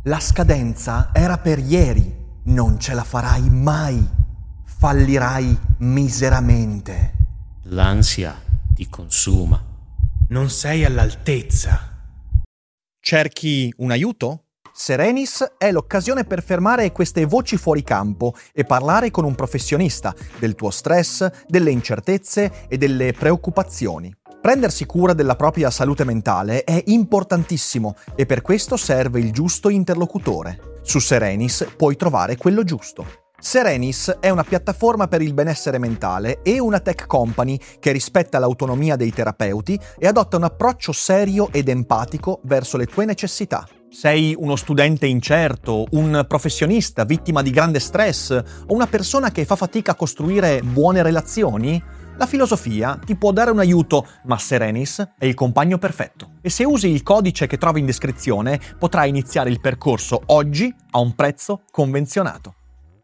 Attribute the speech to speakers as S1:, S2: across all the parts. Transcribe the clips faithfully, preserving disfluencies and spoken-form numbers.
S1: La scadenza era per ieri, non ce la farai mai, fallirai miseramente.
S2: L'ansia ti consuma.
S3: Non sei all'altezza.
S1: Cerchi un aiuto? Serenis è l'occasione per fermare queste voci fuori campo e parlare con un professionista del tuo stress, delle incertezze e delle preoccupazioni. Prendersi cura della propria salute mentale è importantissimo e per questo serve il giusto interlocutore. Su Serenis puoi trovare quello giusto. Serenis è una piattaforma per il benessere mentale e una tech company che rispetta l'autonomia dei terapeuti e adotta un approccio serio ed empatico verso le tue necessità. Sei uno studente incerto, un professionista vittima di grande stress o una persona che fa fatica a costruire buone relazioni? La filosofia ti può dare un aiuto, ma Serenis è il compagno perfetto. E se usi il codice che trovi in descrizione, potrai iniziare il percorso oggi a un prezzo convenzionato.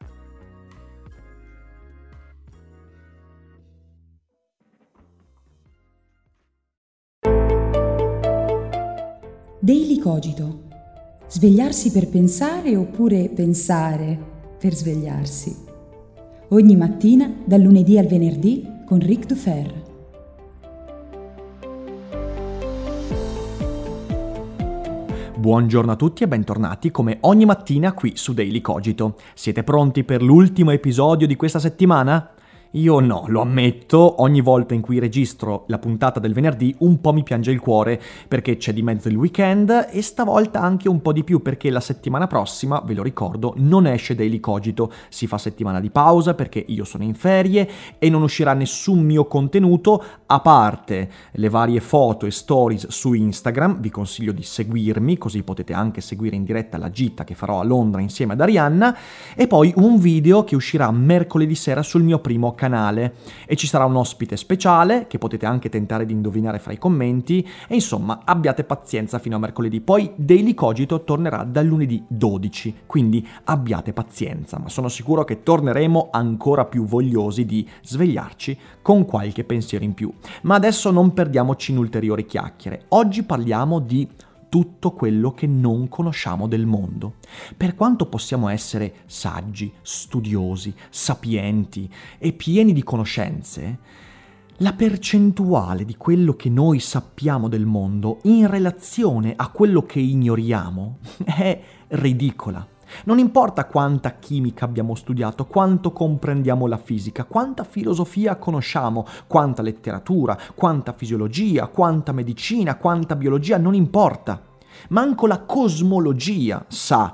S4: Daily Cogito. Svegliarsi per pensare oppure pensare per svegliarsi. Ogni mattina, dal lunedì al venerdì, con Ric Dufer.
S1: Buongiorno a tutti e bentornati come ogni mattina qui su Daily Cogito. Siete pronti per l'ultimo episodio di questa settimana? Io no, lo ammetto, ogni volta in cui registro la puntata del venerdì un po' mi piange il cuore perché c'è di mezzo il weekend e stavolta anche un po' di più perché la settimana prossima, ve lo ricordo, non esce Daily Cogito, si fa settimana di pausa perché io sono in ferie e non uscirà nessun mio contenuto a parte le varie foto e stories su Instagram. Vi consiglio di seguirmi così potete anche seguire in diretta la gita che farò a Londra insieme ad Arianna e poi un video che uscirà mercoledì sera sul mio primo canale e ci sarà un ospite speciale che potete anche tentare di indovinare fra i commenti e insomma abbiate pazienza fino a mercoledì, poi Daily Cogito tornerà dal lunedì dodici, quindi abbiate pazienza, ma sono sicuro che torneremo ancora più vogliosi di svegliarci con qualche pensiero in più. Ma adesso non perdiamoci in ulteriori chiacchiere, oggi parliamo di tutto quello che non conosciamo del mondo. Per quanto possiamo essere saggi, studiosi, sapienti e pieni di conoscenze, la percentuale di quello che noi sappiamo del mondo in relazione a quello che ignoriamo è ridicola. Non importa quanta chimica abbiamo studiato, quanto comprendiamo la fisica, quanta filosofia conosciamo, quanta letteratura, quanta fisiologia, quanta medicina, quanta biologia, non importa. Manco la cosmologia sa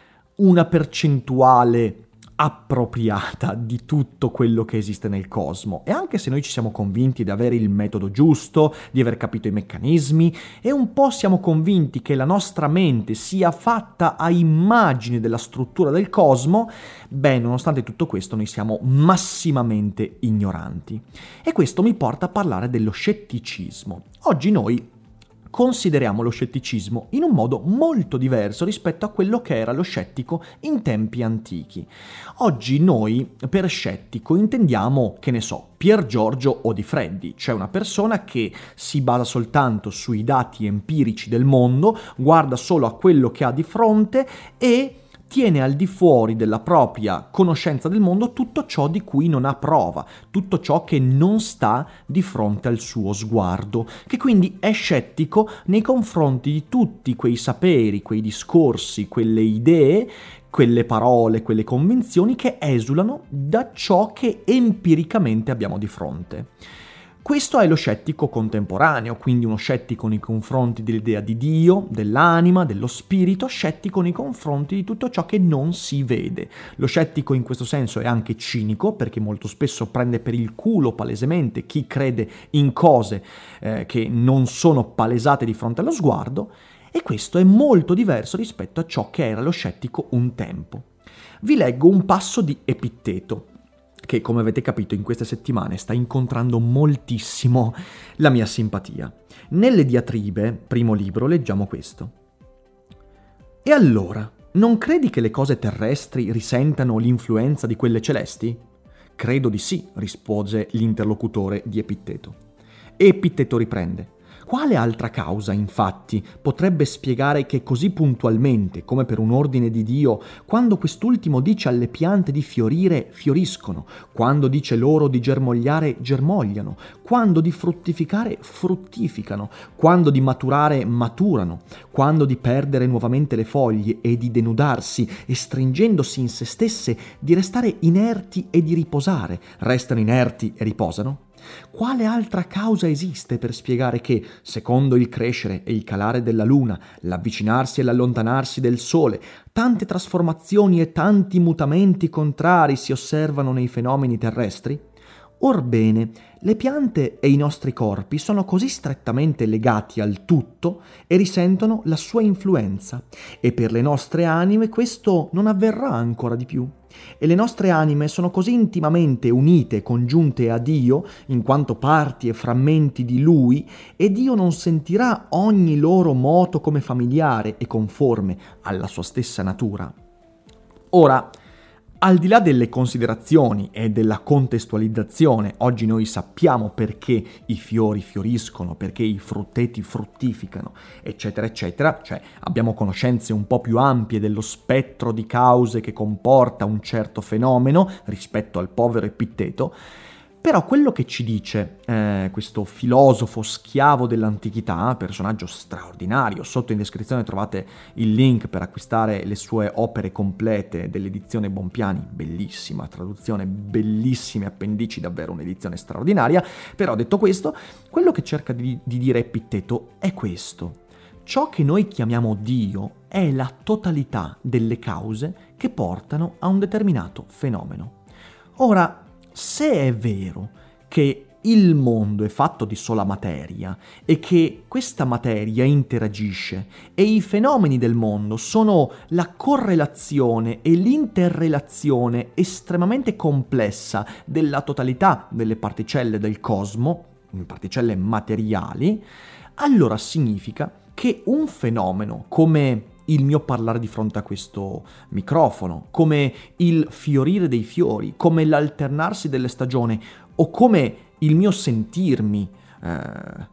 S1: una percentuale appropriata di tutto quello che esiste nel cosmo. E anche se noi ci siamo convinti di avere il metodo giusto, di aver capito i meccanismi, e un po' siamo convinti che la nostra mente sia fatta a immagine della struttura del cosmo, beh, nonostante tutto questo noi siamo massimamente ignoranti. E questo mi porta a parlare dello scetticismo. Oggi noi consideriamo lo scetticismo in un modo molto diverso rispetto a quello che era lo scettico in tempi antichi. Oggi noi per scettico intendiamo, che ne so, Pier Giorgio Odifreddi, cioè una persona che si basa soltanto sui dati empirici del mondo, guarda solo a quello che ha di fronte e tiene al di fuori della propria conoscenza del mondo tutto ciò di cui non ha prova, tutto ciò che non sta di fronte al suo sguardo, che quindi è scettico nei confronti di tutti quei saperi, quei discorsi, quelle idee, quelle parole, quelle convinzioni che esulano da ciò che empiricamente abbiamo di fronte. Questo è lo scettico contemporaneo, quindi uno scettico nei confronti dell'idea di Dio, dell'anima, dello spirito, scettico nei confronti di tutto ciò che non si vede. Lo scettico in questo senso è anche cinico, perché molto spesso prende per il culo palesemente chi crede in cose eh, che non sono palesate di fronte allo sguardo, e questo è molto diverso rispetto a ciò che era lo scettico un tempo. Vi leggo un passo di Epitteto, che come avete capito in queste settimane sta incontrando moltissimo la mia simpatia. Nelle Diatribe, primo libro, leggiamo questo. E allora, non credi che le cose terrestri risentano l'influenza di quelle celesti? Credo di sì, rispose l'interlocutore di Epitteto. E Epitteto riprende. Quale altra causa, infatti, potrebbe spiegare che così puntualmente, come per un ordine di Dio, quando quest'ultimo dice alle piante di fiorire, fioriscono, quando dice loro di germogliare, germogliano, quando di fruttificare, fruttificano, quando di maturare, maturano, quando di perdere nuovamente le foglie e di denudarsi e stringendosi in se stesse, di restare inerti e di riposare, restano inerti e riposano? Quale altra causa esiste per spiegare che, secondo il crescere e il calare della luna, l'avvicinarsi e l'allontanarsi del sole, tante trasformazioni e tanti mutamenti contrari si osservano nei fenomeni terrestri? Orbene, le piante e i nostri corpi sono così strettamente legati al tutto e risentono la sua influenza, e per le nostre anime questo non avverrà ancora di più. E le nostre anime sono così intimamente unite e congiunte a Dio, in quanto parti e frammenti di Lui, e Dio non sentirà ogni loro moto come familiare e conforme alla sua stessa natura. Ora, al di là delle considerazioni e della contestualizzazione, oggi noi sappiamo perché i fiori fioriscono, perché i frutteti fruttificano, eccetera, eccetera, cioè abbiamo conoscenze un po' più ampie dello spettro di cause che comporta un certo fenomeno rispetto al povero Epitteto. Però quello che ci dice eh, questo filosofo schiavo dell'antichità, personaggio straordinario, sotto in descrizione trovate il link per acquistare le sue opere complete dell'edizione Bompiani, bellissima traduzione, bellissime appendici, davvero un'edizione straordinaria. Però detto questo, quello che cerca di, di dire Epitteto è questo: ciò che noi chiamiamo Dio è la totalità delle cause che portano a un determinato fenomeno. Ora, se è vero che il mondo è fatto di sola materia e che questa materia interagisce e i fenomeni del mondo sono la correlazione e l'interrelazione estremamente complessa della totalità delle particelle del cosmo, particelle materiali, allora significa che un fenomeno come il mio parlare di fronte a questo microfono, come il fiorire dei fiori, come l'alternarsi delle stagioni o come il mio sentirmi eh,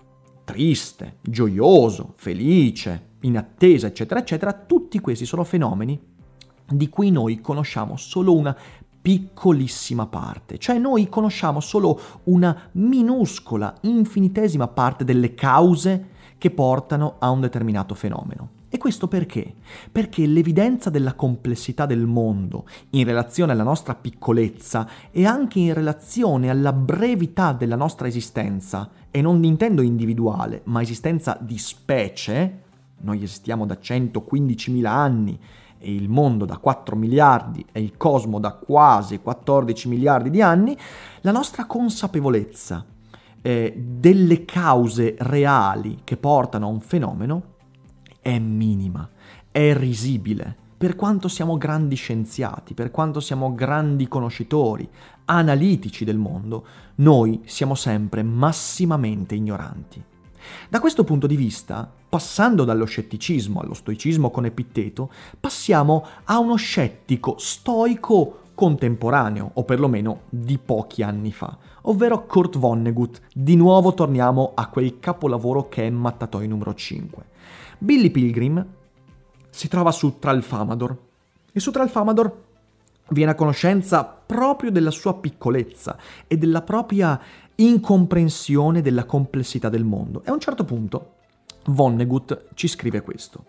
S1: triste, gioioso, felice, in attesa, eccetera, eccetera, tutti questi sono fenomeni di cui noi conosciamo solo una piccolissima parte, cioè noi conosciamo solo una minuscola, infinitesima parte delle cause che portano a un determinato fenomeno. E questo perché? Perché l'evidenza della complessità del mondo in relazione alla nostra piccolezza e anche in relazione alla brevità della nostra esistenza, e non intendo individuale, ma esistenza di specie, noi esistiamo da centoquindicimila anni e il mondo da quattro miliardi e il cosmo da quasi quattordici miliardi di anni, la nostra consapevolezza eh, delle cause reali che portano a un fenomeno è minima, è risibile, per quanto siamo grandi scienziati, per quanto siamo grandi conoscitori, analitici del mondo, noi siamo sempre massimamente ignoranti. Da questo punto di vista, passando dallo scetticismo allo stoicismo con Epitteto, passiamo a uno scettico stoico contemporaneo, o perlomeno di pochi anni fa, ovvero Kurt Vonnegut. Di nuovo torniamo a quel capolavoro che è Mattatoio numero cinque. Billy Pilgrim si trova su Tralfamador e su Tralfamador viene a conoscenza proprio della sua piccolezza e della propria incomprensione della complessità del mondo. E a un certo punto Vonnegut ci scrive questo: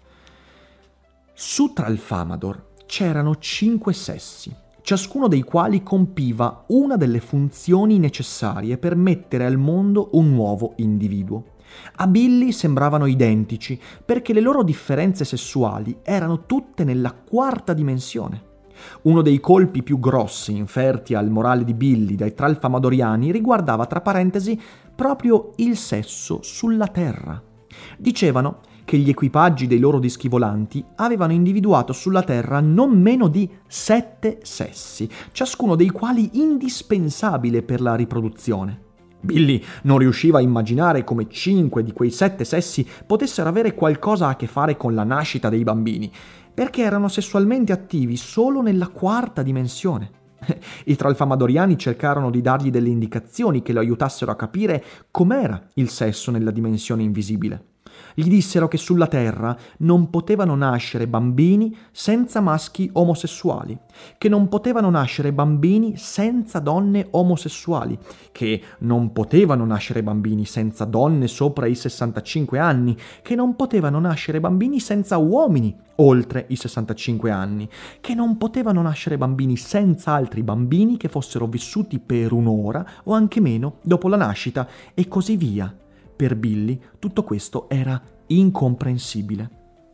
S1: su Tralfamador c'erano cinque sessi, ciascuno dei quali compiva una delle funzioni necessarie per mettere al mondo un nuovo individuo. A Billy sembravano identici perché le loro differenze sessuali erano tutte nella quarta dimensione. Uno dei colpi più grossi inferti al morale di Billy dai Tralfamadoriani riguardava, tra parentesi, proprio il sesso sulla Terra. Dicevano che gli equipaggi dei loro dischi volanti avevano individuato sulla Terra non meno di sette sessi, ciascuno dei quali indispensabile per la riproduzione. Billy non riusciva a immaginare come cinque di quei sette sessi potessero avere qualcosa a che fare con la nascita dei bambini, perché erano sessualmente attivi solo nella quarta dimensione. I Tralfamadoriani cercarono di dargli delle indicazioni che lo aiutassero a capire com'era il sesso nella dimensione invisibile. Gli dissero che sulla Terra non potevano nascere bambini senza maschi omosessuali, che non potevano nascere bambini senza donne omosessuali, che non potevano nascere bambini senza donne sopra i sessantacinque anni, che non potevano nascere bambini senza uomini oltre i sessantacinque anni, che non potevano nascere bambini senza altri bambini che fossero vissuti per un'ora o anche meno dopo la nascita, e così via. Per Billy tutto questo era incomprensibile.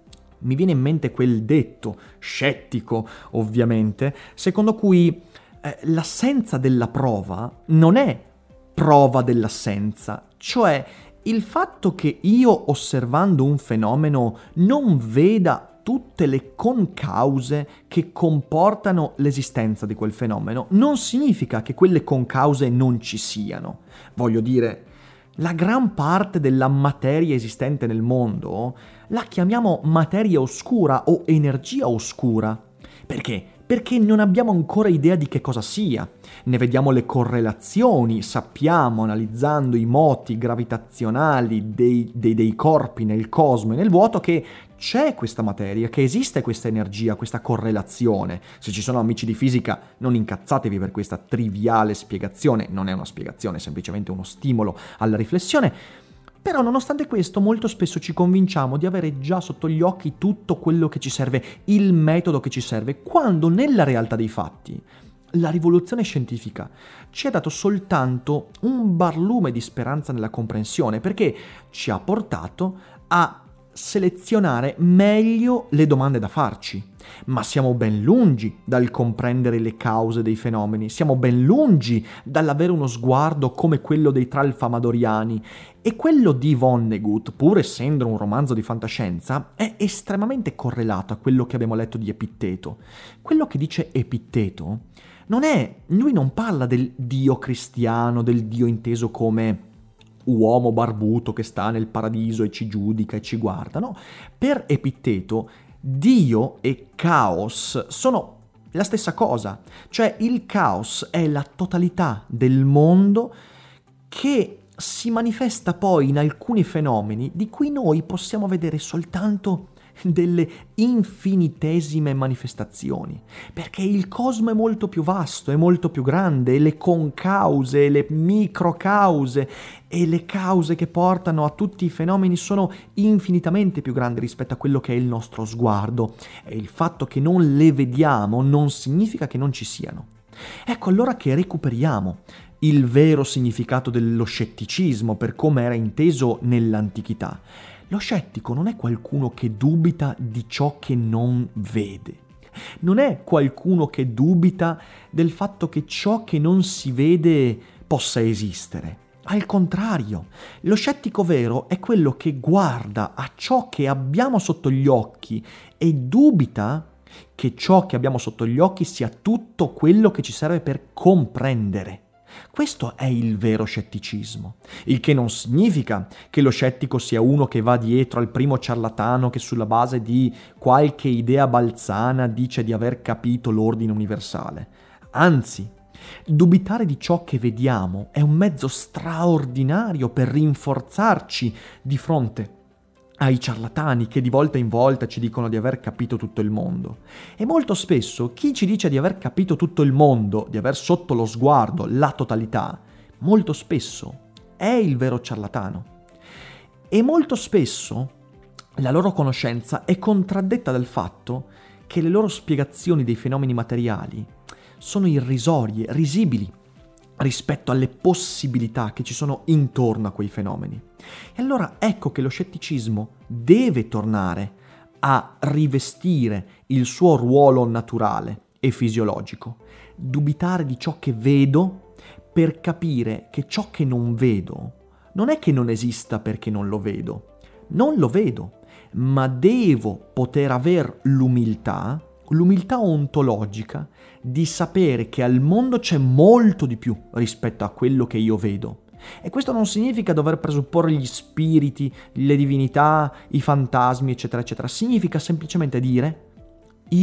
S1: Mi viene in mente quel detto, scettico ovviamente, secondo cui eh, l'assenza della prova non è prova dell'assenza, cioè il fatto che io, osservando un fenomeno, non veda tutte le concause che comportano l'esistenza di quel fenomeno, non significa che quelle concause non ci siano. Voglio dire, la gran parte della materia esistente nel mondo la chiamiamo materia oscura o energia oscura. Perché? Perché non abbiamo ancora idea di che cosa sia. Ne vediamo le correlazioni, sappiamo, analizzando i moti gravitazionali dei, dei, dei corpi nel cosmo e nel vuoto, che c'è questa materia, che esiste questa energia, questa correlazione. Se ci sono amici di fisica, non incazzatevi per questa triviale spiegazione, non è una spiegazione, è semplicemente uno stimolo alla riflessione. Però nonostante questo molto spesso ci convinciamo di avere già sotto gli occhi tutto quello che ci serve, il metodo che ci serve, quando nella realtà dei fatti la rivoluzione scientifica ci ha dato soltanto un barlume di speranza nella comprensione, perché ci ha portato a selezionare meglio le domande da farci. Ma siamo ben lungi dal comprendere le cause dei fenomeni, siamo ben lungi dall'avere uno sguardo come quello dei Tralfamadoriani, e quello di Vonnegut, pur essendo un romanzo di fantascienza, è estremamente correlato a quello che abbiamo letto di Epitteto. Quello che dice Epitteto non è, lui non parla del Dio cristiano, del Dio inteso come uomo barbuto che sta nel paradiso e ci giudica e ci guarda, no? Per Epitteto Dio e caos sono la stessa cosa, cioè il caos è la totalità del mondo che si manifesta poi in alcuni fenomeni di cui noi possiamo vedere soltanto delle infinitesime manifestazioni, perché il cosmo è molto più vasto, è molto più grande, e le concause, le microcause e le cause che portano a tutti i fenomeni sono infinitamente più grandi rispetto a quello che è il nostro sguardo, e il fatto che non le vediamo non significa che non ci siano. Ecco allora che recuperiamo il vero significato dello scetticismo per come era inteso nell'antichità. Lo scettico non è qualcuno che dubita di ciò che non vede. Non è qualcuno che dubita del fatto che ciò che non si vede possa esistere. Al contrario, lo scettico vero è quello che guarda a ciò che abbiamo sotto gli occhi e dubita che ciò che abbiamo sotto gli occhi sia tutto quello che ci serve per comprendere. Questo è il vero scetticismo, il che non significa che lo scettico sia uno che va dietro al primo ciarlatano che sulla base di qualche idea balzana dice di aver capito l'ordine universale. Anzi, dubitare di ciò che vediamo è un mezzo straordinario per rinforzarci di fronte ai ciarlatani che di volta in volta ci dicono di aver capito tutto il mondo. E molto spesso chi ci dice di aver capito tutto il mondo, di aver sotto lo sguardo la totalità, molto spesso è il vero ciarlatano. E molto spesso la loro conoscenza è contraddetta dal fatto che le loro spiegazioni dei fenomeni materiali sono irrisorie, risibili, rispetto alle possibilità che ci sono intorno a quei fenomeni. E allora ecco che lo scetticismo deve tornare a rivestire il suo ruolo naturale e fisiologico. Dubitare di ciò che vedo per capire che ciò che non vedo non è che non esista perché non lo vedo. Non lo vedo, ma devo poter aver l'umiltà, l'umiltà ontologica, di sapere che al mondo c'è molto di più rispetto a quello che io vedo. E questo non significa dover presupporre gli spiriti, le divinità, i fantasmi, eccetera, eccetera. Significa semplicemente dire: io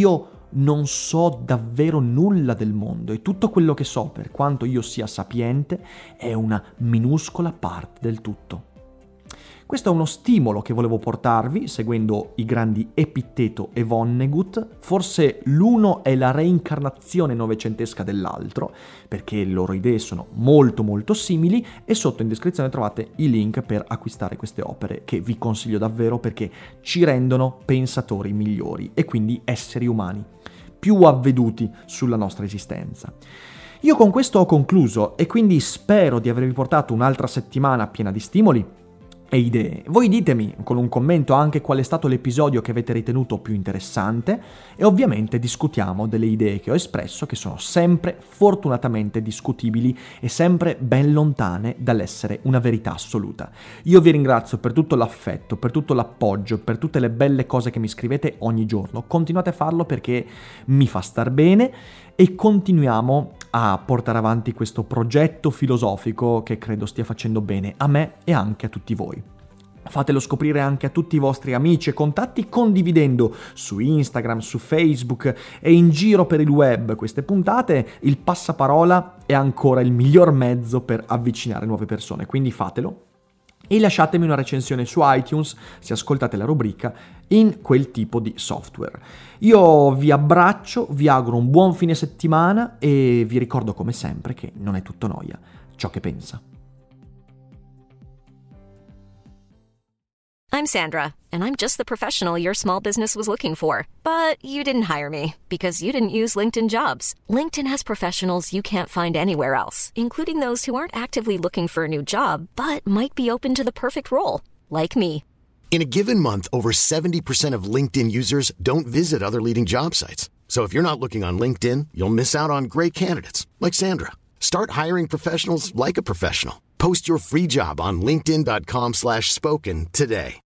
S1: non so davvero nulla del mondo e tutto quello che so, per quanto io sia sapiente, è una minuscola parte del tutto. Questo è uno stimolo che volevo portarvi, seguendo i grandi Epitteto e Vonnegut. Forse l'uno è la reincarnazione novecentesca dell'altro, perché le loro idee sono molto molto simili, e sotto in descrizione trovate i link per acquistare queste opere, che vi consiglio davvero perché ci rendono pensatori migliori e quindi esseri umani più avveduti sulla nostra esistenza. Io con questo ho concluso e quindi spero di avervi portato un'altra settimana piena di stimoli e idee. Voi ditemi con un commento anche qual è stato l'episodio che avete ritenuto più interessante e ovviamente discutiamo delle idee che ho espresso, che sono sempre fortunatamente discutibili e sempre ben lontane dall'essere una verità assoluta. Io vi ringrazio per tutto l'affetto, per tutto l'appoggio, per tutte le belle cose che mi scrivete ogni giorno. Continuate a farlo perché mi fa star bene e continuiamo a portare avanti questo progetto filosofico che credo stia facendo bene a me e anche a tutti voi. Fatelo scoprire anche a tutti i vostri amici e contatti condividendo su Instagram, su Facebook e in giro per il web queste puntate. Il passaparola è ancora il miglior mezzo per avvicinare nuove persone, quindi fatelo. E lasciatemi una recensione su iTunes se ascoltate la rubrica in quel tipo di software. Io vi abbraccio, vi auguro un buon fine settimana e vi ricordo come sempre che non è tutto noia ciò che pensa.
S5: I'm Sandra, and I'm just the professional your small business was looking for. But you didn't hire me because you didn't use LinkedIn Jobs. LinkedIn has professionals you can't find anywhere else, including those who aren't actively looking for a new job, but might be open to the perfect role, like me.
S6: In a given month, over seventy percent of LinkedIn users don't visit other leading job sites. So if you're not looking on LinkedIn, you'll miss out on great candidates like Sandra. Start hiring professionals like a professional. Post your free job on linkedin dot com slash spoken today.